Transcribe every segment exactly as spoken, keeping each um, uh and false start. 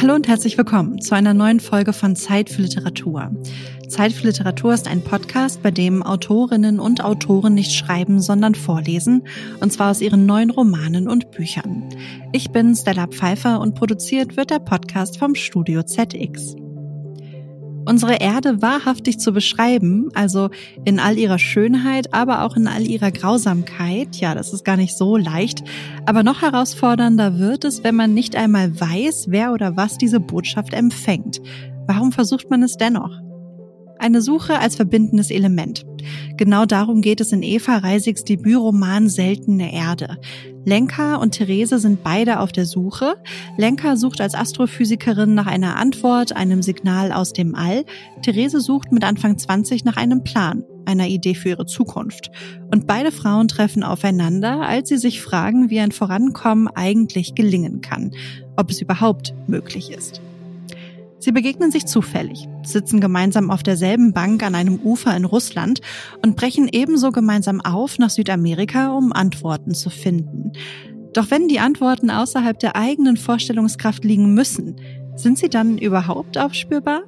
Hallo und herzlich willkommen zu einer neuen Folge von Zeit für Literatur. Zeit für Literatur ist ein Podcast, bei dem Autorinnen und Autoren nicht schreiben, sondern vorlesen, und zwar aus ihren neuen Romanen und Büchern. Ich bin Stella Pfeiffer und produziert wird der Podcast vom Studio Z X. Unsere Erde wahrhaftig zu beschreiben, also in all ihrer Schönheit, aber auch in all ihrer Grausamkeit, ja, das ist gar nicht so leicht, aber noch herausfordernder wird es, wenn man nicht einmal weiß, wer oder was diese Botschaft empfängt. Warum versucht man es dennoch? Eine Suche als verbindendes Element. Genau darum geht es in Eva Reisigs Debütroman Seltene Erde. Lenka und Therese sind beide auf der Suche. Lenka sucht als Astrophysikerin nach einer Antwort, einem Signal aus dem All. Therese sucht mit Anfang zwanzig nach einem Plan, einer Idee für ihre Zukunft. Und beide Frauen treffen aufeinander, als sie sich fragen, wie ein Vorankommen eigentlich gelingen kann, ob es überhaupt möglich ist. Sie begegnen sich zufällig, sitzen gemeinsam auf derselben Bank an einem Ufer in Russland und brechen ebenso gemeinsam auf nach Südamerika, um Antworten zu finden. Doch wenn die Antworten außerhalb der eigenen Vorstellungskraft liegen müssen, sind sie dann überhaupt aufspürbar?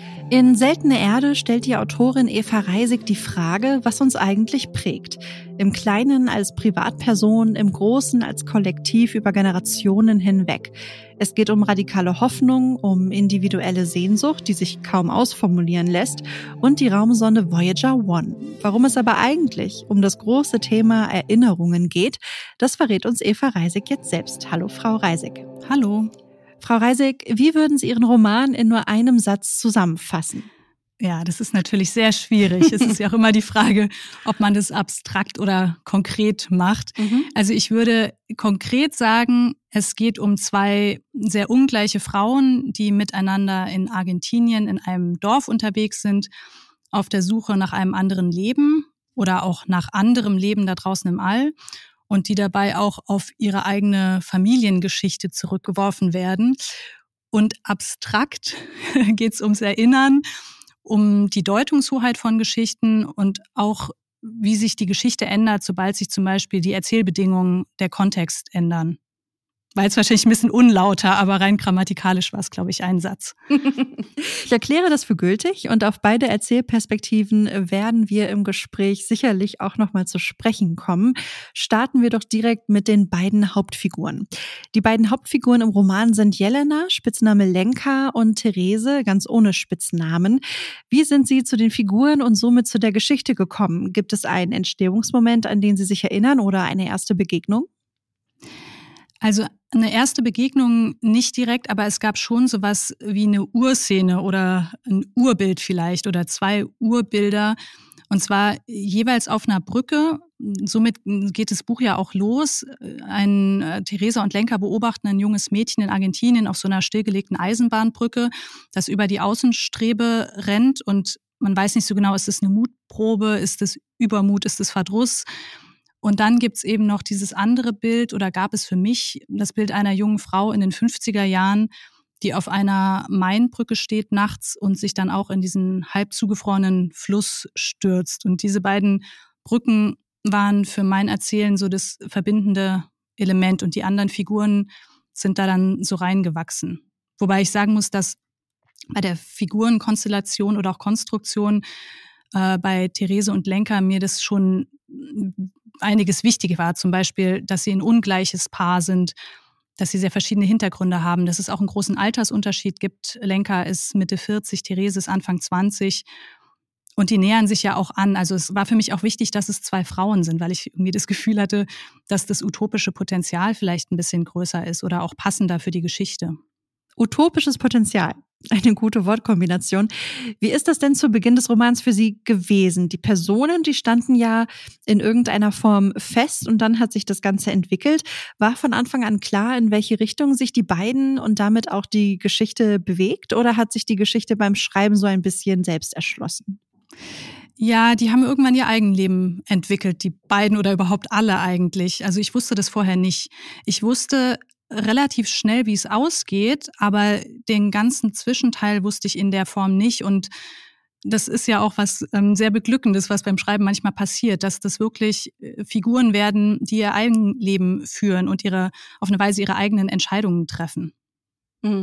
In Seltene Erde stellt die Autorin Eva Reisig die Frage, was uns eigentlich prägt. Im Kleinen als Privatperson, im Großen als Kollektiv über Generationen hinweg. Es geht um radikale Hoffnung, um individuelle Sehnsucht, die sich kaum ausformulieren lässt, und die Raumsonde Voyager eins. Warum es aber eigentlich um das große Thema Erinnerungen geht, das verrät uns Eva Reisig jetzt selbst. Hallo, Frau Reisig. Hallo. Frau Reisig, wie würden Sie Ihren Roman in nur einem Satz zusammenfassen? Ja, das ist natürlich sehr schwierig. Es ist ja auch immer die Frage, ob man das abstrakt oder konkret macht. Mhm. Also ich würde konkret sagen, es geht um zwei sehr ungleiche Frauen, die miteinander in Argentinien in einem Dorf unterwegs sind, auf der Suche nach einem anderen Leben oder auch nach anderem Leben da draußen im All. Und die dabei auch auf ihre eigene Familiengeschichte zurückgeworfen werden. Und abstrakt geht es ums Erinnern, um die Deutungshoheit von Geschichten und auch, wie sich die Geschichte ändert, sobald sich zum Beispiel die Erzählbedingungen, der Kontext ändern. War jetzt wahrscheinlich ein bisschen unlauter, aber rein grammatikalisch war es, glaube ich, ein Satz. Ich erkläre das für gültig und auf beide Erzählperspektiven werden wir im Gespräch sicherlich auch nochmal zu sprechen kommen. Starten wir doch direkt mit den beiden Hauptfiguren. Die beiden Hauptfiguren im Roman sind Jelena, Spitzname Lenka, und Therese, ganz ohne Spitznamen. Wie sind Sie zu den Figuren und somit zu der Geschichte gekommen? Gibt es einen Entstehungsmoment, an den Sie sich erinnern, oder eine erste Begegnung? Also eine erste Begegnung nicht direkt, aber es gab schon sowas wie eine Urszene oder ein Urbild vielleicht oder zwei Urbilder. Und zwar jeweils auf einer Brücke. Somit geht das Buch ja auch los. Ein äh, Theresa und Lenka beobachten ein junges Mädchen in Argentinien auf so einer stillgelegten Eisenbahnbrücke, das über die Außenstrebe rennt. Und man weiß nicht so genau, ist es eine Mutprobe, ist es Übermut, ist es Verdruss? Und dann gibt's eben noch dieses andere Bild, oder gab es für mich das Bild einer jungen Frau in den fünfziger Jahren, die auf einer Mainbrücke steht nachts und sich dann auch in diesen halb zugefrorenen Fluss stürzt. Und diese beiden Brücken waren für mein Erzählen so das verbindende Element, und die anderen Figuren sind da dann so reingewachsen. Wobei ich sagen muss, dass bei der Figurenkonstellation oder auch Konstruktion äh, bei Therese und Lenka mir das schon einiges wichtig war. Zum Beispiel, dass sie ein ungleiches Paar sind, dass sie sehr verschiedene Hintergründe haben, dass es auch einen großen Altersunterschied gibt. Lenka ist Mitte vierzig, Therese ist Anfang zwanzig. Und die nähern sich ja auch an. Also es war für mich auch wichtig, dass es zwei Frauen sind, weil ich irgendwie das Gefühl hatte, dass das utopische Potenzial vielleicht ein bisschen größer ist oder auch passender für die Geschichte. Utopisches Potenzial. Eine gute Wortkombination. Wie ist das denn zu Beginn des Romans für Sie gewesen? Die Personen, die standen ja in irgendeiner Form fest und dann hat sich das Ganze entwickelt. War von Anfang an klar, in welche Richtung sich die beiden und damit auch die Geschichte bewegt, oder hat sich die Geschichte beim Schreiben so ein bisschen selbst erschlossen? Ja, die haben irgendwann ihr Eigenleben entwickelt, die beiden oder überhaupt alle eigentlich. Also ich wusste das vorher nicht. Ich wusste relativ schnell, wie es ausgeht, aber den ganzen Zwischenteil wusste ich in der Form nicht. Und das ist ja auch was ähm, sehr Beglückendes, was beim Schreiben manchmal passiert, dass das wirklich äh, Figuren werden, die ihr Eigenleben führen und ihre auf eine Weise ihre eigenen Entscheidungen treffen. Mhm.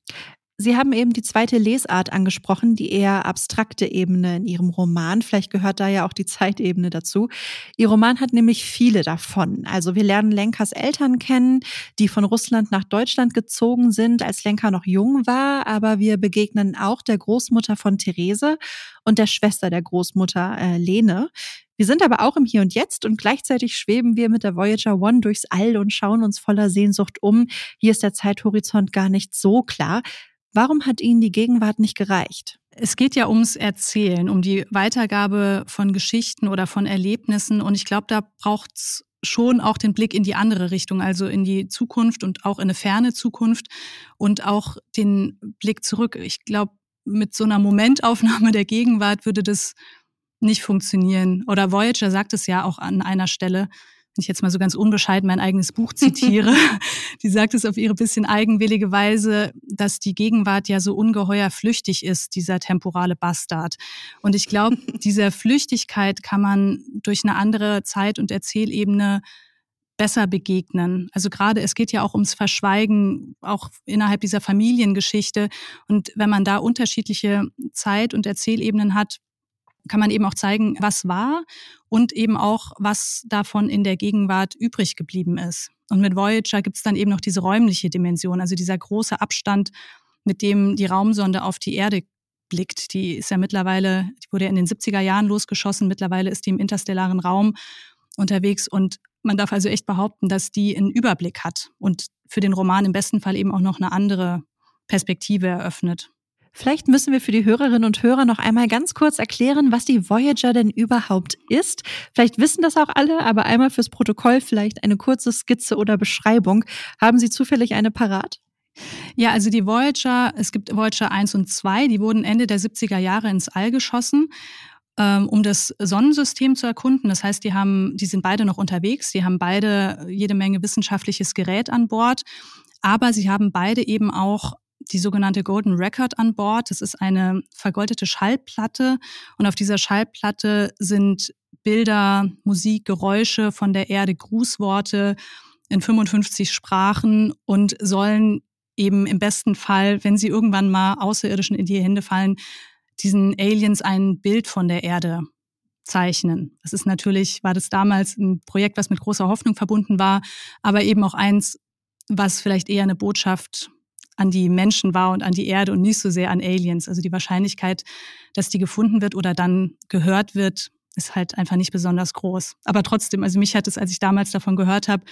Sie haben eben die zweite Lesart angesprochen, die eher abstrakte Ebene in Ihrem Roman. Vielleicht gehört da ja auch die Zeitebene dazu. Ihr Roman hat nämlich viele davon. Also wir lernen Lenkers Eltern kennen, die von Russland nach Deutschland gezogen sind, als Lenka noch jung war. Aber wir begegnen auch der Großmutter von Therese und der Schwester der Großmutter, äh, Lene. Wir sind aber auch im Hier und Jetzt und gleichzeitig schweben wir mit der Voyager One durchs All und schauen uns voller Sehnsucht um. Hier ist der Zeithorizont gar nicht so klar. Warum hat Ihnen die Gegenwart nicht gereicht? Es geht ja ums Erzählen, um die Weitergabe von Geschichten oder von Erlebnissen. Und ich glaube, da braucht's schon auch den Blick in die andere Richtung, also in die Zukunft und auch in eine ferne Zukunft und auch den Blick zurück. Ich glaube, mit so einer Momentaufnahme der Gegenwart würde das nicht funktionieren. Oder Voyager sagt es ja auch an einer Stelle, wenn ich jetzt mal so ganz unbescheiden mein eigenes Buch zitiere, die sagt es auf ihre bisschen eigenwillige Weise, dass die Gegenwart ja so ungeheuer flüchtig ist, dieser temporale Bastard. Und ich glaube, dieser Flüchtigkeit kann man durch eine andere Zeit- und Erzählebene besser begegnen. Also gerade, es geht ja auch ums Verschweigen, auch innerhalb dieser Familiengeschichte. Und wenn man da unterschiedliche Zeit- und Erzählebenen hat, kann man eben auch zeigen, was war und eben auch, was davon in der Gegenwart übrig geblieben ist. Und mit Voyager gibt es dann eben noch diese räumliche Dimension, also dieser große Abstand, mit dem die Raumsonde auf die Erde blickt. Die ist ja mittlerweile, die wurde ja in den siebziger Jahren losgeschossen, mittlerweile ist die im interstellaren Raum unterwegs und man darf also echt behaupten, dass die einen Überblick hat und für den Roman im besten Fall eben auch noch eine andere Perspektive eröffnet. Vielleicht müssen wir für die Hörerinnen und Hörer noch einmal ganz kurz erklären, was die Voyager denn überhaupt ist. Vielleicht wissen das auch alle, aber einmal fürs Protokoll vielleicht eine kurze Skizze oder Beschreibung. Haben Sie zufällig eine parat? Ja, also die Voyager, es gibt Voyager eins und zwei, die wurden Ende der siebziger Jahre ins All geschossen, ähm, um das Sonnensystem zu erkunden. Das heißt, die haben, die sind beide noch unterwegs, die haben beide jede Menge wissenschaftliches Gerät an Bord, aber sie haben beide eben auch die sogenannte Golden Record an Bord. Das ist eine vergoldete Schallplatte und auf dieser Schallplatte sind Bilder, Musik, Geräusche von der Erde, Grußworte in fünfundfünfzig Sprachen und sollen eben im besten Fall, wenn sie irgendwann mal Außerirdischen in die Hände fallen, diesen Aliens ein Bild von der Erde zeichnen. Das ist natürlich, war das damals ein Projekt, was mit großer Hoffnung verbunden war, aber eben auch eins, was vielleicht eher eine Botschaft an die Menschen war und an die Erde und nicht so sehr an Aliens. Also die Wahrscheinlichkeit, dass die gefunden wird oder dann gehört wird, ist halt einfach nicht besonders groß. Aber trotzdem, also mich hat es, als ich damals davon gehört habe,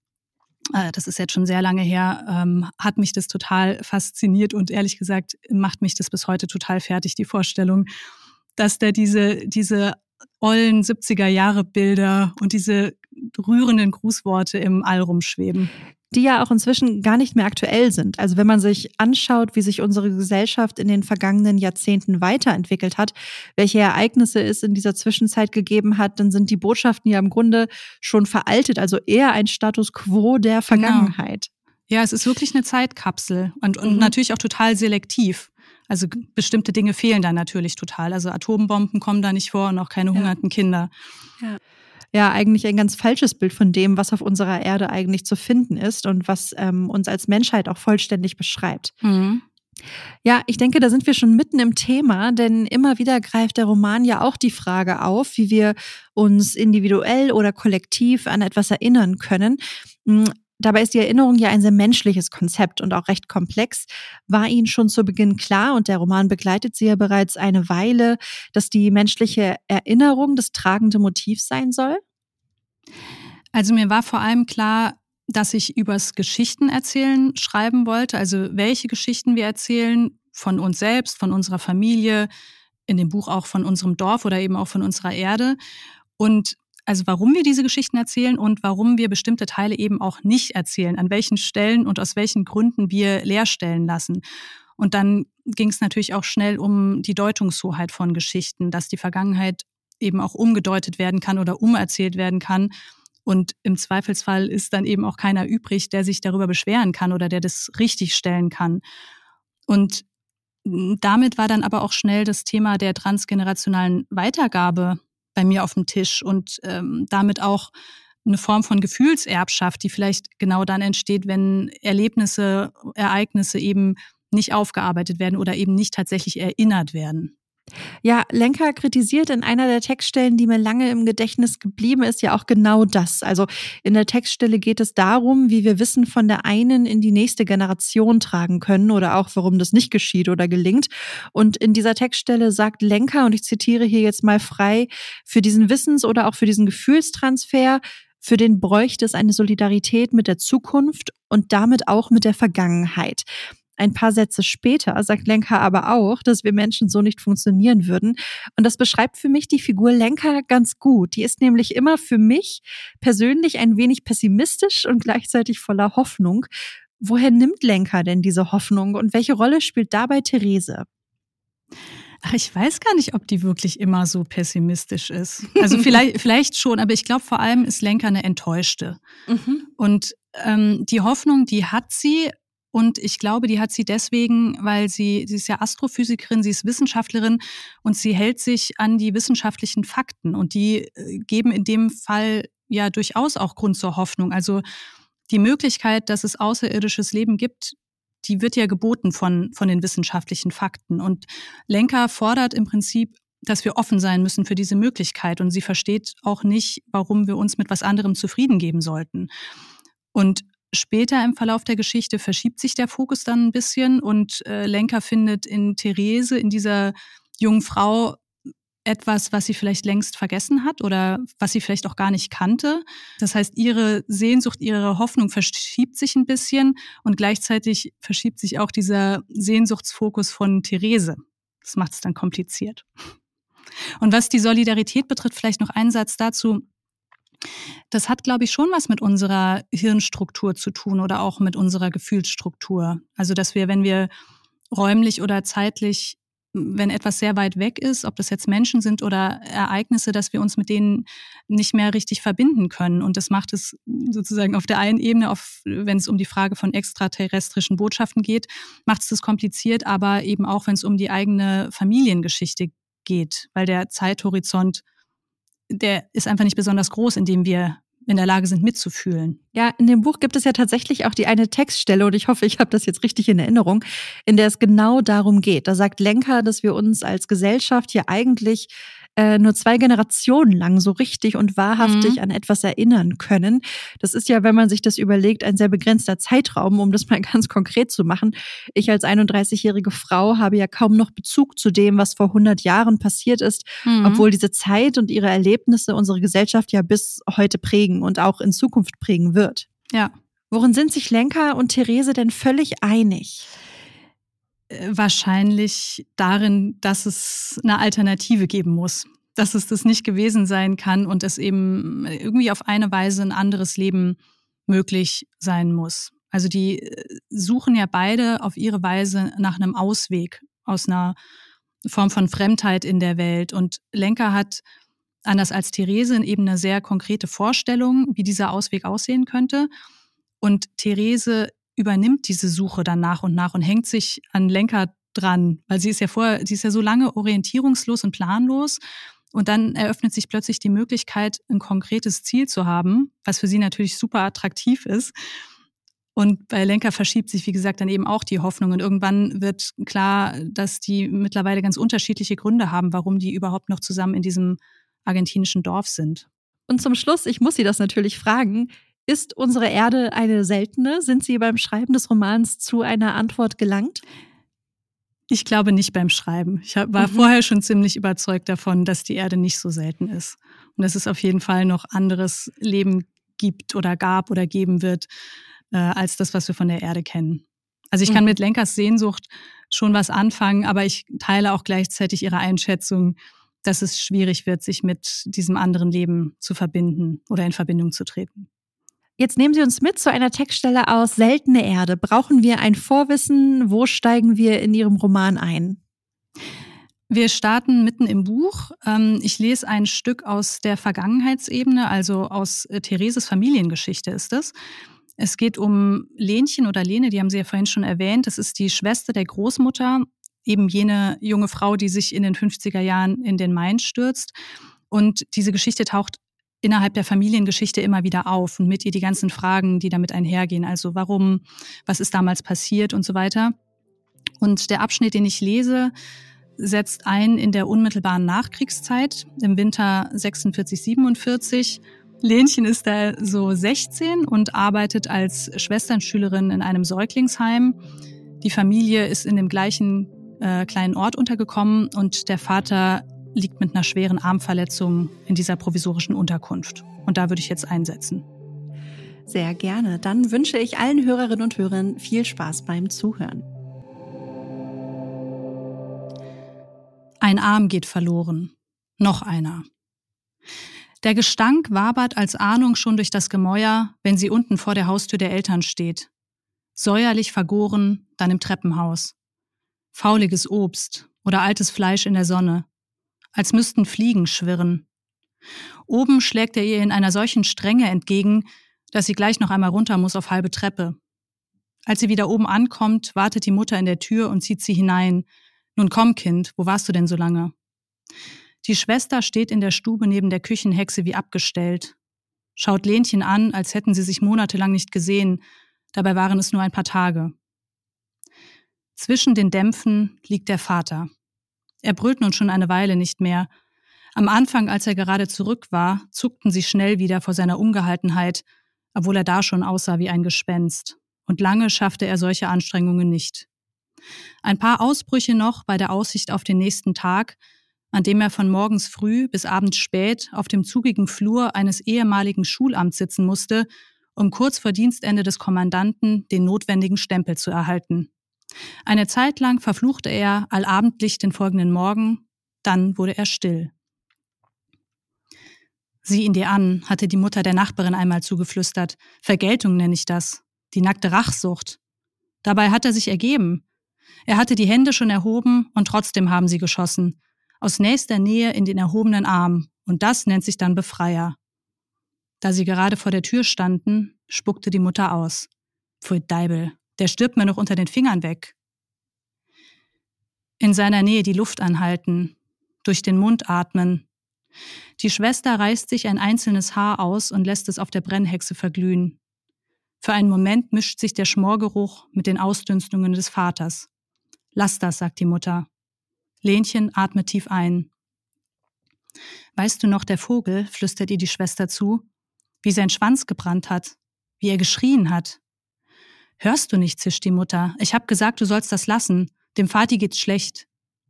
äh, das ist jetzt schon sehr lange her, ähm, hat mich das total fasziniert und ehrlich gesagt macht mich das bis heute total fertig, die Vorstellung, dass da diese, diese ollen siebziger-Jahre-Bilder und diese rührenden Grußworte im All rumschweben. Die ja auch inzwischen gar nicht mehr aktuell sind. Also wenn man sich anschaut, wie sich unsere Gesellschaft in den vergangenen Jahrzehnten weiterentwickelt hat, welche Ereignisse es in dieser Zwischenzeit gegeben hat, dann sind die Botschaften ja im Grunde schon veraltet, also eher ein Status quo der Vergangenheit. Genau. Ja, es ist wirklich eine Zeitkapsel und, und mhm. natürlich auch total selektiv. Also bestimmte Dinge fehlen da natürlich total. Also Atombomben kommen da nicht vor und auch keine ja. hungernden Kinder. Ja. Ja, eigentlich ein ganz falsches Bild von dem, was auf unserer Erde eigentlich zu finden ist und was ähm, uns als Menschheit auch vollständig beschreibt. Mhm. Ja, ich denke, da sind wir schon mitten im Thema, denn immer wieder greift der Roman ja auch die Frage auf, wie wir uns individuell oder kollektiv an etwas erinnern können. Dabei ist die Erinnerung ja ein sehr menschliches Konzept und auch recht komplex. War Ihnen schon zu Beginn klar, und der Roman begleitet Sie ja bereits eine Weile, dass die menschliche Erinnerung das tragende Motiv sein soll? Also mir war vor allem klar, dass ich übers Geschichtenerzählen schreiben wollte. Also welche Geschichten wir erzählen von uns selbst, von unserer Familie, in dem Buch auch von unserem Dorf oder eben auch von unserer Erde. Und also warum wir diese Geschichten erzählen und warum wir bestimmte Teile eben auch nicht erzählen, an welchen Stellen und aus welchen Gründen wir leerstellen lassen. Und dann ging es natürlich auch schnell um die Deutungshoheit von Geschichten, dass die Vergangenheit eben auch umgedeutet werden kann oder umerzählt werden kann. Und im Zweifelsfall ist dann eben auch keiner übrig, der sich darüber beschweren kann oder der das richtig stellen kann. Und damit war dann aber auch schnell das Thema der transgenerationalen Weitergabe bei mir auf dem Tisch und ähm, damit auch eine Form von Gefühlserbschaft, die vielleicht genau dann entsteht, wenn Erlebnisse, Ereignisse eben nicht aufgearbeitet werden oder eben nicht tatsächlich erinnert werden. Ja, Lenka kritisiert in einer der Textstellen, die mir lange im Gedächtnis geblieben ist, ja auch genau das. Also in der Textstelle geht es darum, wie wir Wissen von der einen in die nächste Generation tragen können oder auch, warum das nicht geschieht oder gelingt. Und in dieser Textstelle sagt Lenka, und ich zitiere hier jetzt mal frei, für diesen Wissens- oder auch für diesen Gefühlstransfer, für den bräuchte es eine Solidarität mit der Zukunft und damit auch mit der Vergangenheit. Ein paar Sätze später sagt Lenka aber auch, dass wir Menschen so nicht funktionieren würden. Und das beschreibt für mich die Figur Lenka ganz gut. Die ist nämlich immer für mich persönlich ein wenig pessimistisch und gleichzeitig voller Hoffnung. Woher nimmt Lenka denn diese Hoffnung und welche Rolle spielt dabei Therese? Ach, ich weiß gar nicht, ob die wirklich immer so pessimistisch ist. Also vielleicht, vielleicht schon, aber ich glaube, vor allem ist Lenka eine Enttäuschte. Mhm. Und ähm, die Hoffnung, die hat sie. Und ich glaube, die hat sie deswegen, weil sie, sie ist ja Astrophysikerin, sie ist Wissenschaftlerin und sie hält sich an die wissenschaftlichen Fakten. Und die geben in dem Fall ja durchaus auch Grund zur Hoffnung. Also die Möglichkeit, dass es außerirdisches Leben gibt, die wird ja geboten von, von den wissenschaftlichen Fakten. Und Lenka fordert im Prinzip, dass wir offen sein müssen für diese Möglichkeit. Und sie versteht auch nicht, warum wir uns mit was anderem zufrieden geben sollten. Und später im Verlauf der Geschichte verschiebt sich der Fokus dann ein bisschen und äh, Lenka findet in Therese, in dieser jungen Frau, etwas, was sie vielleicht längst vergessen hat oder was sie vielleicht auch gar nicht kannte. Das heißt, ihre Sehnsucht, ihre Hoffnung verschiebt sich ein bisschen und gleichzeitig verschiebt sich auch dieser Sehnsuchtsfokus von Therese. Das macht es dann kompliziert. Und was die Solidarität betrifft, vielleicht noch ein Satz dazu. Das hat, glaube ich, schon was mit unserer Hirnstruktur zu tun oder auch mit unserer Gefühlsstruktur. Also, dass wir, wenn wir räumlich oder zeitlich, wenn etwas sehr weit weg ist, ob das jetzt Menschen sind oder Ereignisse, dass wir uns mit denen nicht mehr richtig verbinden können. Und das macht es sozusagen auf der einen Ebene, auf, wenn es um die Frage von extraterrestrischen Botschaften geht, macht es das kompliziert, aber eben auch, wenn es um die eigene Familiengeschichte geht, weil der Zeithorizont, der ist einfach nicht besonders groß, in dem wir in der Lage sind, mitzufühlen. Ja, in dem Buch gibt es ja tatsächlich auch die eine Textstelle, und ich hoffe, ich habe das jetzt richtig in Erinnerung, in der es genau darum geht. Da sagt Lenka, dass wir uns als Gesellschaft hier eigentlich äh, nur zwei Generationen lang so richtig und wahrhaftig mhm. an etwas erinnern können. Das ist ja, wenn man sich das überlegt, ein sehr begrenzter Zeitraum, um das mal ganz konkret zu machen. Ich als einunddreißigjährige Frau habe ja kaum noch Bezug zu dem, was vor hundert Jahren passiert ist, mhm. obwohl diese Zeit und ihre Erlebnisse unsere Gesellschaft ja bis heute prägen und auch in Zukunft prägen wird. Ja. Worin sind sich Lenka und Therese denn völlig einig? Wahrscheinlich darin, dass es eine Alternative geben muss, dass es das nicht gewesen sein kann und es eben irgendwie auf eine Weise ein anderes Leben möglich sein muss. Also die suchen ja beide auf ihre Weise nach einem Ausweg aus einer Form von Fremdheit in der Welt. Und Lenka hat, anders als Therese, eben eine sehr konkrete Vorstellung, wie dieser Ausweg aussehen könnte. Und Therese übernimmt diese Suche dann nach und nach und hängt sich an Lenka dran, weil sie ist ja vorher, sie ist ja so lange orientierungslos und planlos und dann eröffnet sich plötzlich die Möglichkeit, ein konkretes Ziel zu haben, was für sie natürlich super attraktiv ist. Und bei Lenka verschiebt sich, wie gesagt, dann eben auch die Hoffnung und irgendwann wird klar, dass die mittlerweile ganz unterschiedliche Gründe haben, warum die überhaupt noch zusammen in diesem argentinischen Dorf sind. Und zum Schluss, ich muss Sie das natürlich fragen, ist unsere Erde eine seltene? Sind Sie beim Schreiben des Romans zu einer Antwort gelangt? Ich glaube nicht beim Schreiben. Ich war mhm. vorher schon ziemlich überzeugt davon, dass die Erde nicht so selten ist. Und dass es auf jeden Fall noch anderes Leben gibt oder gab oder geben wird, äh, als das, was wir von der Erde kennen. Also ich kann mhm. mit Lenkas Sehnsucht schon was anfangen, aber ich teile auch gleichzeitig ihre Einschätzung, dass es schwierig wird, sich mit diesem anderen Leben zu verbinden oder in Verbindung zu treten. Jetzt nehmen Sie uns mit zu einer Textstelle aus Seltene Erde. Brauchen wir ein Vorwissen? Wo steigen wir in Ihrem Roman ein? Wir starten mitten im Buch. Ich lese ein Stück aus der Vergangenheitsebene, also aus Thereses Familiengeschichte ist es. Es geht um Lenchen oder Lene, die haben Sie ja vorhin schon erwähnt. Das ist die Schwester der Großmutter, eben jene junge Frau, die sich in den fünfziger Jahren in den Main stürzt. Und diese Geschichte taucht innerhalb der Familiengeschichte immer wieder auf und mit ihr die ganzen Fragen, die damit einhergehen. Also warum, was ist damals passiert und so weiter. Und der Abschnitt, den ich lese, setzt ein in der unmittelbaren Nachkriegszeit, im Winter sechsundvierzig, siebenundvierzig. Lenchen ist da so sechzehn und arbeitet als Schwesternschülerin in einem Säuglingsheim. Die Familie ist in dem gleichen äh, kleinen Ort untergekommen und der Vater liegt mit einer schweren Armverletzung in dieser provisorischen Unterkunft. Und da würde ich jetzt einsetzen. Sehr gerne. Dann wünsche ich allen Hörerinnen und Hörern viel Spaß beim Zuhören. Ein Arm geht verloren. Noch einer. Der Gestank wabert als Ahnung schon durch das Gemäuer, wenn sie unten vor der Haustür der Eltern steht. Säuerlich vergoren, dann im Treppenhaus. Fauliges Obst oder altes Fleisch in der Sonne. Als müssten Fliegen schwirren. Oben schlägt er ihr in einer solchen Strenge entgegen, dass sie gleich noch einmal runter muss auf halbe Treppe. Als sie wieder oben ankommt, wartet die Mutter in der Tür und zieht sie hinein. »Nun komm, Kind, wo warst du denn so lange?« Die Schwester steht in der Stube neben der Küchenhexe wie abgestellt. Schaut Lenchen an, als hätten sie sich monatelang nicht gesehen. Dabei waren es nur ein paar Tage. Zwischen den Dämpfen liegt der Vater. Er brüllt nun schon eine Weile nicht mehr. Am Anfang, als er gerade zurück war, zuckten sie schnell wieder vor seiner Ungehaltenheit, obwohl er da schon aussah wie ein Gespenst. Und lange schaffte er solche Anstrengungen nicht. Ein paar Ausbrüche noch bei der Aussicht auf den nächsten Tag, an dem er von morgens früh bis abends spät auf dem zugigen Flur eines ehemaligen Schulamts sitzen musste, um kurz vor Dienstende des Kommandanten den notwendigen Stempel zu erhalten. Eine Zeit lang verfluchte er allabendlich den folgenden Morgen, dann wurde er still. »Sieh ihn dir an«, hatte die Mutter der Nachbarin einmal zugeflüstert. »Vergeltung nenne ich das. Die nackte Rachsucht.« Dabei hat er sich ergeben. Er hatte die Hände schon erhoben und trotzdem haben sie geschossen. Aus nächster Nähe in den erhobenen Arm. Und das nennt sich dann Befreier. Da sie gerade vor der Tür standen, spuckte die Mutter aus. »Pfui Deibel, der stirbt mir noch unter den Fingern weg.« In seiner Nähe die Luft anhalten, durch den Mund atmen. Die Schwester reißt sich ein einzelnes Haar aus und lässt es auf der Brennhexe verglühen. Für einen Moment mischt sich der Schmorgeruch mit den Ausdünstungen des Vaters. »Lass das«, sagt die Mutter. Lenchen atmet tief ein. »Weißt du noch, der Vogel«, flüstert ihr die Schwester zu, »wie sein Schwanz gebrannt hat, wie er geschrien hat.« »Hörst du nicht«, zischt die Mutter. »Ich hab gesagt, du sollst das lassen. Dem Vati geht's schlecht.«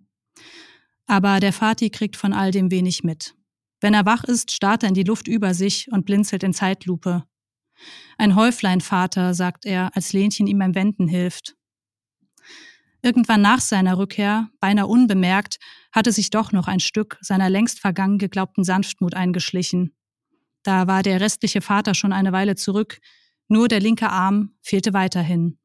Aber der Vati kriegt von all dem wenig mit. Wenn er wach ist, starrt er in die Luft über sich und blinzelt in Zeitlupe. »Ein Häuflein, Vater«, sagt er, als Lenchen ihm beim Wenden hilft. Irgendwann nach seiner Rückkehr, beinahe unbemerkt, hatte sich doch noch ein Stück seiner längst vergangen geglaubten Sanftmut eingeschlichen. Da war der restliche Vater schon eine Weile zurück, nur der linke Arm fehlte weiterhin.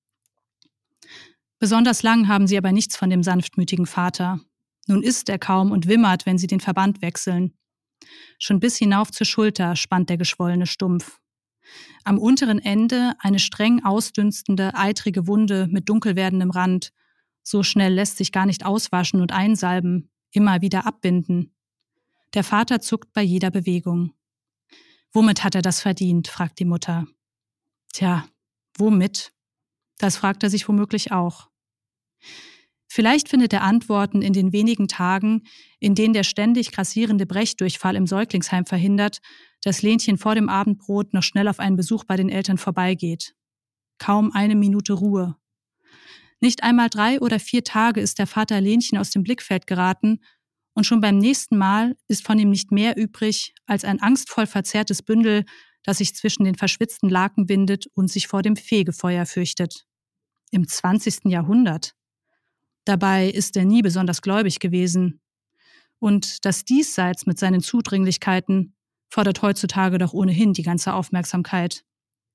Besonders lang haben sie aber nichts von dem sanftmütigen Vater. Nun isst er kaum und wimmert, wenn sie den Verband wechseln. Schon bis hinauf zur Schulter spannt der geschwollene Stumpf. Am unteren Ende eine streng ausdünstende, eitrige Wunde mit dunkel werdendem Rand. So schnell lässt sich gar nicht auswaschen und einsalben, immer wieder abbinden. Der Vater zuckt bei jeder Bewegung. »Womit hat er das verdient?«, fragt die Mutter. Tja, womit? Das fragt er sich womöglich auch. Vielleicht findet er Antworten in den wenigen Tagen, in denen der ständig grassierende Brechdurchfall im Säuglingsheim verhindert, dass Lenchen vor dem Abendbrot noch schnell auf einen Besuch bei den Eltern vorbeigeht. Kaum eine Minute Ruhe. Nicht einmal drei oder vier Tage ist der Vater Lenchen aus dem Blickfeld geraten und schon beim nächsten Mal ist von ihm nicht mehr übrig als ein angstvoll verzerrtes Bündel, das sich zwischen den verschwitzten Laken windet und sich vor dem Fegefeuer fürchtet. Im zwanzigsten Jahrhundert. Dabei ist er nie besonders gläubig gewesen. Und das Diesseits mit seinen Zudringlichkeiten fordert heutzutage doch ohnehin die ganze Aufmerksamkeit.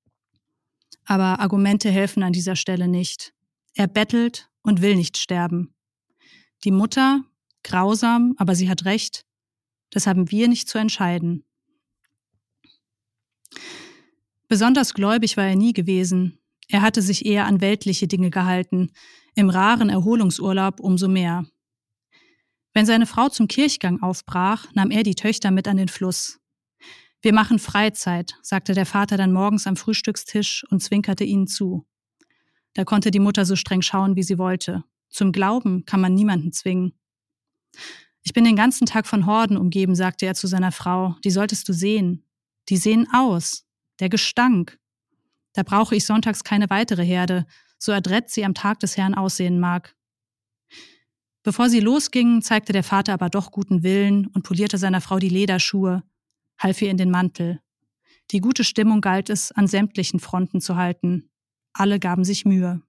Aber Argumente helfen an dieser Stelle nicht. Er bettelt und will nicht sterben. Die Mutter, grausam, aber sie hat recht, das haben wir nicht zu entscheiden. Besonders gläubig war er nie gewesen. Er hatte sich eher an weltliche Dinge gehalten, im raren Erholungsurlaub umso mehr. Wenn seine Frau zum Kirchgang aufbrach, nahm er die Töchter mit an den Fluss. »Wir machen Freizeit«, sagte der Vater dann morgens am Frühstückstisch und zwinkerte ihnen zu. Da konnte die Mutter so streng schauen, wie sie wollte. Zum Glauben kann man niemanden zwingen. Ich bin den ganzen Tag von Horden umgeben, sagte er zu seiner Frau. Die solltest du sehen. Die sehen aus. Der Gestank. Da brauche ich sonntags keine weitere Herde, so adrett sie am Tag des Herrn aussehen mag. Bevor sie losgingen, zeigte der Vater aber doch guten Willen und polierte seiner Frau die Lederschuhe, half ihr in den Mantel. Die gute Stimmung galt es, an sämtlichen Fronten zu halten. Alle gaben sich Mühe.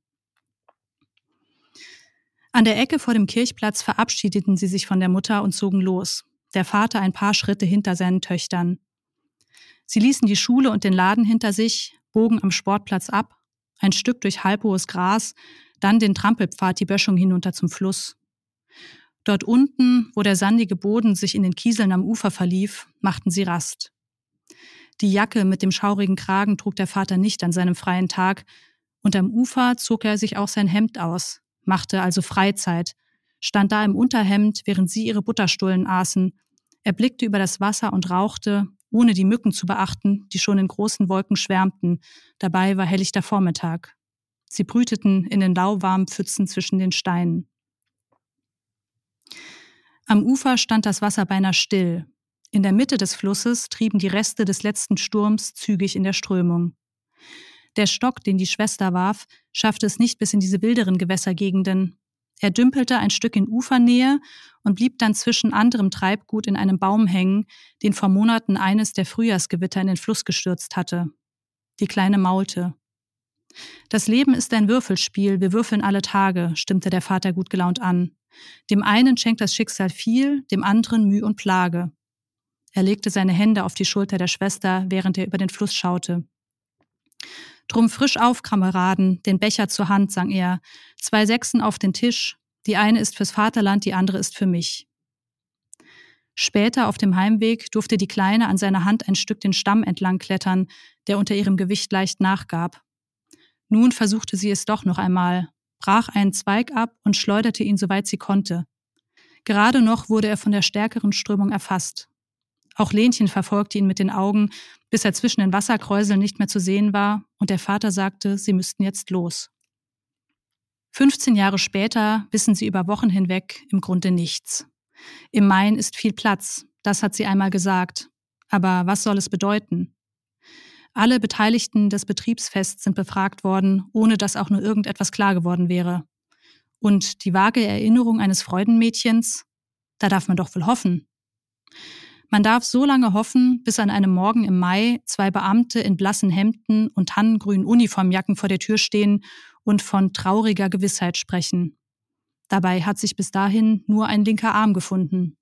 An der Ecke vor dem Kirchplatz verabschiedeten sie sich von der Mutter und zogen los, der Vater ein paar Schritte hinter seinen Töchtern. Sie ließen die Schule und den Laden hinter sich, bogen am Sportplatz ab, ein Stück durch halbhohes Gras, dann den Trampelpfad die Böschung hinunter zum Fluss. Dort unten, wo der sandige Boden sich in den Kieseln am Ufer verlief, machten sie Rast. Die Jacke mit dem schaurigen Kragen trug der Vater nicht an seinem freien Tag, und am Ufer zog er sich auch sein Hemd aus, machte also Freizeit, stand da im Unterhemd, während sie ihre Butterstullen aßen. Er blickte über das Wasser und rauchte, ohne die Mücken zu beachten, die schon in großen Wolken schwärmten. Dabei war helllichter Vormittag. Sie brüteten in den lauwarmen Pfützen zwischen den Steinen. Am Ufer stand das Wasser beinahe still. In der Mitte des Flusses trieben die Reste des letzten Sturms zügig in der Strömung. Der Stock, den die Schwester warf, schaffte es nicht bis in diese wilderen Gewässergegenden. Er dümpelte ein Stück in Ufernähe und blieb dann zwischen anderem Treibgut in einem Baum hängen, den vor Monaten eines der Frühjahrsgewitter in den Fluss gestürzt hatte. Die Kleine maulte. Das Leben ist ein Würfelspiel, wir würfeln alle Tage, stimmte der Vater gut gelaunt an. Dem einen schenkt das Schicksal viel, dem anderen Müh und Plage. Er legte seine Hände auf die Schulter der Schwester, während er über den Fluss schaute. Drum frisch auf, Kameraden, den Becher zur Hand, sang er. Zwei Sechsen auf den Tisch, die eine ist fürs Vaterland, die andere ist für mich. Später auf dem Heimweg durfte die Kleine an seiner Hand ein Stück den Stamm entlang klettern, der unter ihrem Gewicht leicht nachgab. Nun versuchte sie es doch noch einmal, brach einen Zweig ab und schleuderte ihn, soweit sie konnte. Gerade noch wurde er von der stärkeren Strömung erfasst. Auch Lenchen verfolgte ihn mit den Augen, bis er zwischen den Wasserkräuseln nicht mehr zu sehen war, und der Vater sagte, sie müssten jetzt los. fünfzehn Jahre später wissen sie über Wochen hinweg im Grunde nichts. Im Main ist viel Platz, das hat sie einmal gesagt. Aber was soll es bedeuten? Alle Beteiligten des Betriebsfests sind befragt worden, ohne dass auch nur irgendetwas klar geworden wäre. Und die vage Erinnerung eines Freudenmädchens, da darf man doch wohl hoffen. Man darf so lange hoffen, bis an einem Morgen im Mai zwei Beamte in blassen Hemden und tannengrünen Uniformjacken vor der Tür stehen und von trauriger Gewissheit sprechen. Dabei hat sich bis dahin nur ein linker Arm gefunden.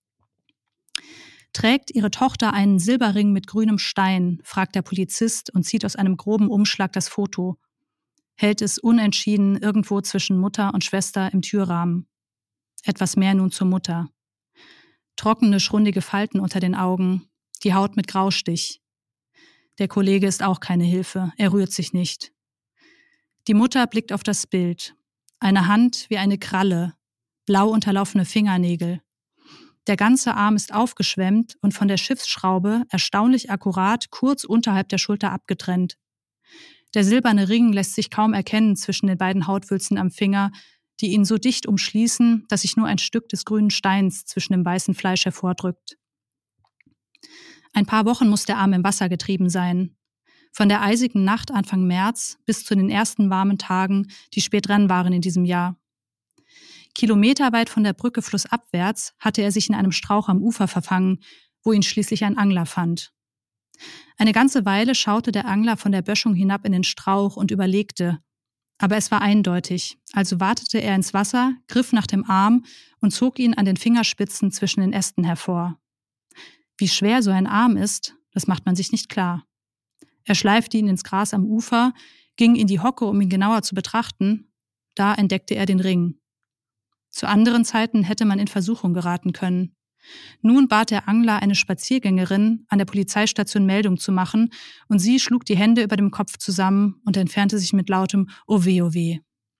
Trägt Ihre Tochter einen Silberring mit grünem Stein, fragt der Polizist und zieht aus einem groben Umschlag das Foto. Hält es unentschieden irgendwo zwischen Mutter und Schwester im Türrahmen. Etwas mehr nun zur Mutter. Trockene, schrundige Falten unter den Augen, die Haut mit Graustich. Der Kollege ist auch keine Hilfe, er rührt sich nicht. Die Mutter blickt auf das Bild. Eine Hand wie eine Kralle, blau unterlaufene Fingernägel. Der ganze Arm ist aufgeschwemmt und von der Schiffsschraube erstaunlich akkurat kurz unterhalb der Schulter abgetrennt. Der silberne Ring lässt sich kaum erkennen zwischen den beiden Hautwülsten am Finger, die ihn so dicht umschließen, dass sich nur ein Stück des grünen Steins zwischen dem weißen Fleisch hervordrückt. Ein paar Wochen muss der Arm im Wasser getrieben sein. Von der eisigen Nacht Anfang März bis zu den ersten warmen Tagen, die spät dran waren in diesem Jahr. Kilometerweit von der Brücke flussabwärts hatte er sich in einem Strauch am Ufer verfangen, wo ihn schließlich ein Angler fand. Eine ganze Weile schaute der Angler von der Böschung hinab in den Strauch und überlegte. Aber es war eindeutig, also watete er ins Wasser, griff nach dem Arm und zog ihn an den Fingerspitzen zwischen den Ästen hervor. Wie schwer so ein Arm ist, das macht man sich nicht klar. Er schleifte ihn ins Gras am Ufer, ging in die Hocke, um ihn genauer zu betrachten. Da entdeckte er den Ring. Zu anderen Zeiten hätte man in Versuchung geraten können. Nun bat der Angler eine Spaziergängerin, an der Polizeistation Meldung zu machen, und sie schlug die Hände über dem Kopf zusammen und entfernte sich mit lautem „Oh weh, oh weh".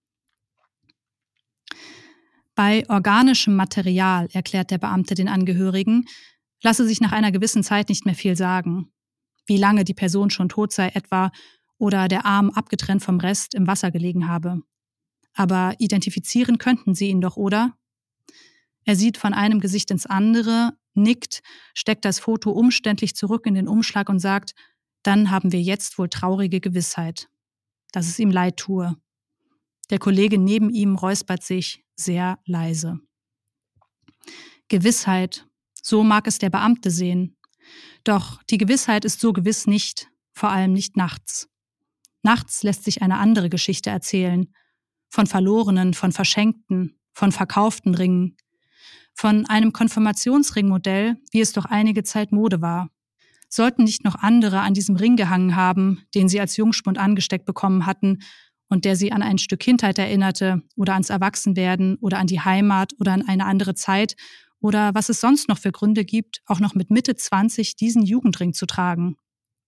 Bei organischem Material, erklärt der Beamte den Angehörigen, lasse sich nach einer gewissen Zeit nicht mehr viel sagen. Wie lange die Person schon tot sei etwa oder der Arm abgetrennt vom Rest im Wasser gelegen habe. Aber identifizieren könnten sie ihn doch, oder? Er sieht von einem Gesicht ins andere, nickt, steckt das Foto umständlich zurück in den Umschlag und sagt, dann haben wir jetzt wohl traurige Gewissheit, dass es ihm leid tue. Der Kollege neben ihm räuspert sich sehr leise. Gewissheit, so mag es der Beamte sehen. Doch die Gewissheit ist so gewiss nicht, vor allem nicht nachts. Nachts lässt sich eine andere Geschichte erzählen. Von verlorenen, von verschenkten, von verkauften Ringen. Von einem Konfirmationsringmodell, wie es doch einige Zeit Mode war. Sollten nicht noch andere an diesem Ring gehangen haben, den sie als Jungspund angesteckt bekommen hatten und der sie an ein Stück Kindheit erinnerte oder ans Erwachsenwerden oder an die Heimat oder an eine andere Zeit oder was es sonst noch für Gründe gibt, auch noch mit Mitte zwanzig diesen Jugendring zu tragen.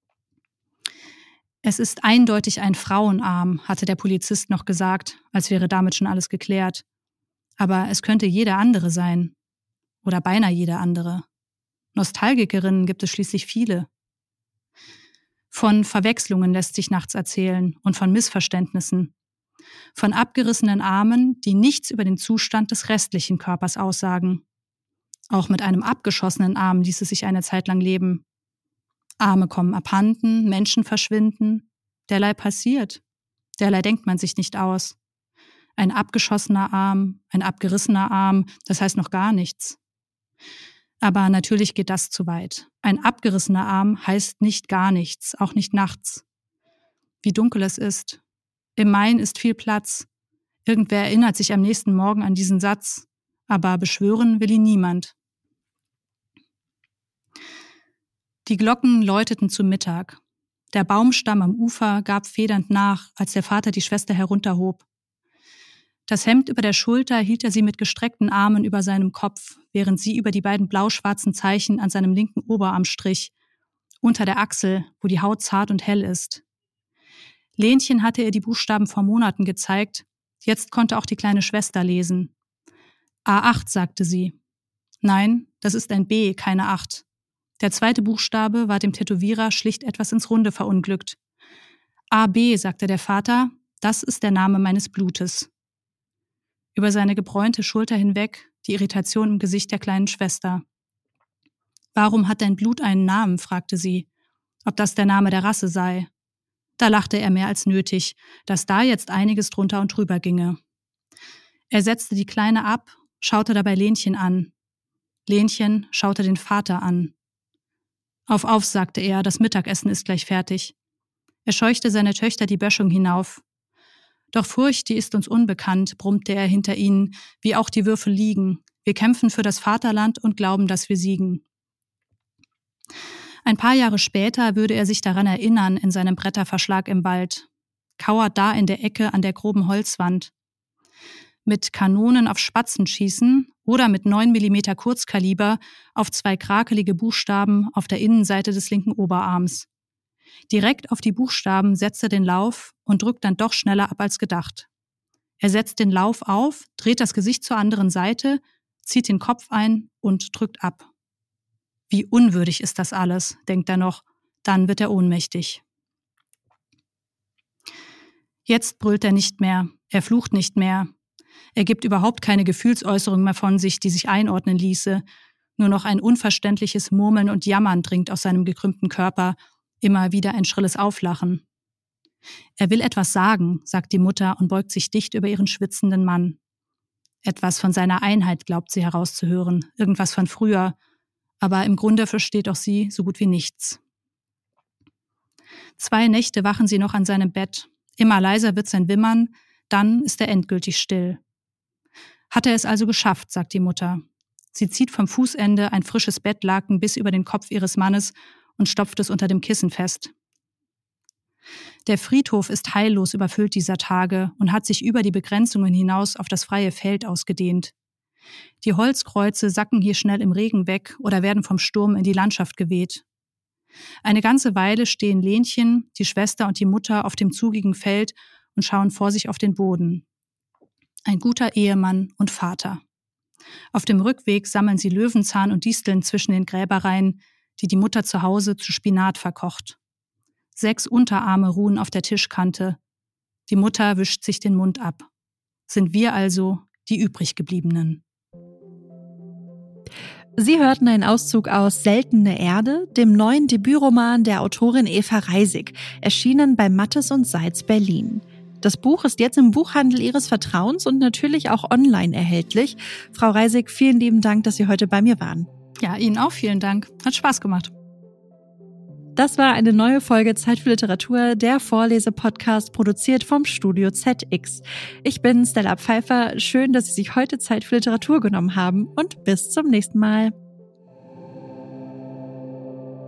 Es ist eindeutig ein Frauenarm, hatte der Polizist noch gesagt, als wäre damit schon alles geklärt. Aber es könnte jeder andere sein. Oder beinahe jeder andere. Nostalgikerinnen gibt es schließlich viele. Von Verwechslungen lässt sich nachts erzählen und von Missverständnissen. Von abgerissenen Armen, die nichts über den Zustand des restlichen Körpers aussagen. Auch mit einem abgeschossenen Arm ließ es sich eine Zeit lang leben. Arme kommen abhanden, Menschen verschwinden. Derlei passiert. Derlei denkt man sich nicht aus. Ein abgeschossener Arm, ein abgerissener Arm, das heißt noch gar nichts. Aber natürlich geht das zu weit. Ein abgerissener Arm heißt nicht gar nichts, auch nicht nachts. Wie dunkel es ist. Im Main ist viel Platz. Irgendwer erinnert sich am nächsten Morgen an diesen Satz, aber beschwören will ihn niemand. Die Glocken läuteten zu Mittag. Der Baumstamm am Ufer gab federnd nach, als der Vater die Schwester herunterhob. Das Hemd über der Schulter hielt er sie mit gestreckten Armen über seinem Kopf, während sie über die beiden blau-schwarzen Zeichen an seinem linken Oberarm strich, unter der Achsel, wo die Haut zart und hell ist. Lenchen hatte ihr die Buchstaben vor Monaten gezeigt, jetzt konnte auch die kleine Schwester lesen. A acht, sagte sie. Nein, das ist ein B, keine acht. Der zweite Buchstabe war dem Tätowierer schlicht etwas ins Runde verunglückt. A B, sagte der Vater, das ist der Name meines Blutes. Über seine gebräunte Schulter hinweg die Irritation im Gesicht der kleinen Schwester. Warum hat dein Blut einen Namen, fragte sie, ob das der Name der Rasse sei. Da lachte er mehr als nötig, dass da jetzt einiges drunter und drüber ginge. Er setzte die Kleine ab, schaute dabei Lenchen an. Lenchen schaute den Vater an. Auf, auf, sagte er, das Mittagessen ist gleich fertig. Er scheuchte seine Töchter die Böschung hinauf. Doch Furcht, die ist uns unbekannt, brummte er hinter ihnen, wie auch die Würfel liegen. Wir kämpfen für das Vaterland und glauben, dass wir siegen. Ein paar Jahre später würde er sich daran erinnern in seinem Bretterverschlag im Wald. Kauert da in der Ecke an der groben Holzwand. Mit Kanonen auf Spatzen schießen oder mit neun Millimeter Kurzkaliber auf zwei krakelige Buchstaben auf der Innenseite des linken Oberarms. Direkt auf die Buchstaben setzt er den Lauf und drückt dann doch schneller ab als gedacht. Er setzt den Lauf auf, dreht das Gesicht zur anderen Seite, zieht den Kopf ein und drückt ab. Wie unwürdig ist das alles, denkt er noch, dann wird er ohnmächtig. Jetzt brüllt er nicht mehr, er flucht nicht mehr. Er gibt überhaupt keine Gefühlsäußerung mehr von sich, die sich einordnen ließe. Nur noch ein unverständliches Murmeln und Jammern dringt aus seinem gekrümmten Körper, immer wieder ein schrilles Auflachen. Er will etwas sagen, sagt die Mutter und beugt sich dicht über ihren schwitzenden Mann. Etwas von seiner Einheit glaubt sie herauszuhören, irgendwas von früher, aber im Grunde versteht auch sie so gut wie nichts. Zwei Nächte wachen sie noch an seinem Bett, immer leiser wird sein Wimmern, dann ist er endgültig still. Hat er es also geschafft, sagt die Mutter. Sie zieht vom Fußende ein frisches Bettlaken bis über den Kopf ihres Mannes und stopft es unter dem Kissen fest. Der Friedhof ist heillos überfüllt dieser Tage und hat sich über die Begrenzungen hinaus auf das freie Feld ausgedehnt. Die Holzkreuze sacken hier schnell im Regen weg oder werden vom Sturm in die Landschaft geweht. Eine ganze Weile stehen Lenchen, die Schwester und die Mutter auf dem zugigen Feld und schauen vor sich auf den Boden. Ein guter Ehemann und Vater. Auf dem Rückweg sammeln sie Löwenzahn und Disteln zwischen den Gräbereien, die die Mutter zu Hause zu Spinat verkocht. Sechs Unterarme ruhen auf der Tischkante. Die Mutter wischt sich den Mund ab. Sind wir also die Übriggebliebenen? Sie hörten einen Auszug aus Seltene Erde, dem neuen Debütroman der Autorin Eva Reisig, erschienen bei Mattes und Seitz Berlin. Das Buch ist jetzt im Buchhandel Ihres Vertrauens und natürlich auch online erhältlich. Frau Reisig, vielen lieben Dank, dass Sie heute bei mir waren. Ja, Ihnen auch vielen Dank. Hat Spaß gemacht. Das war eine neue Folge Zeit für Literatur, der Vorlese-Podcast, produziert vom Studio Z X. Ich bin Stella Pfeiffer. Schön, dass Sie sich heute Zeit für Literatur genommen haben und bis zum nächsten Mal.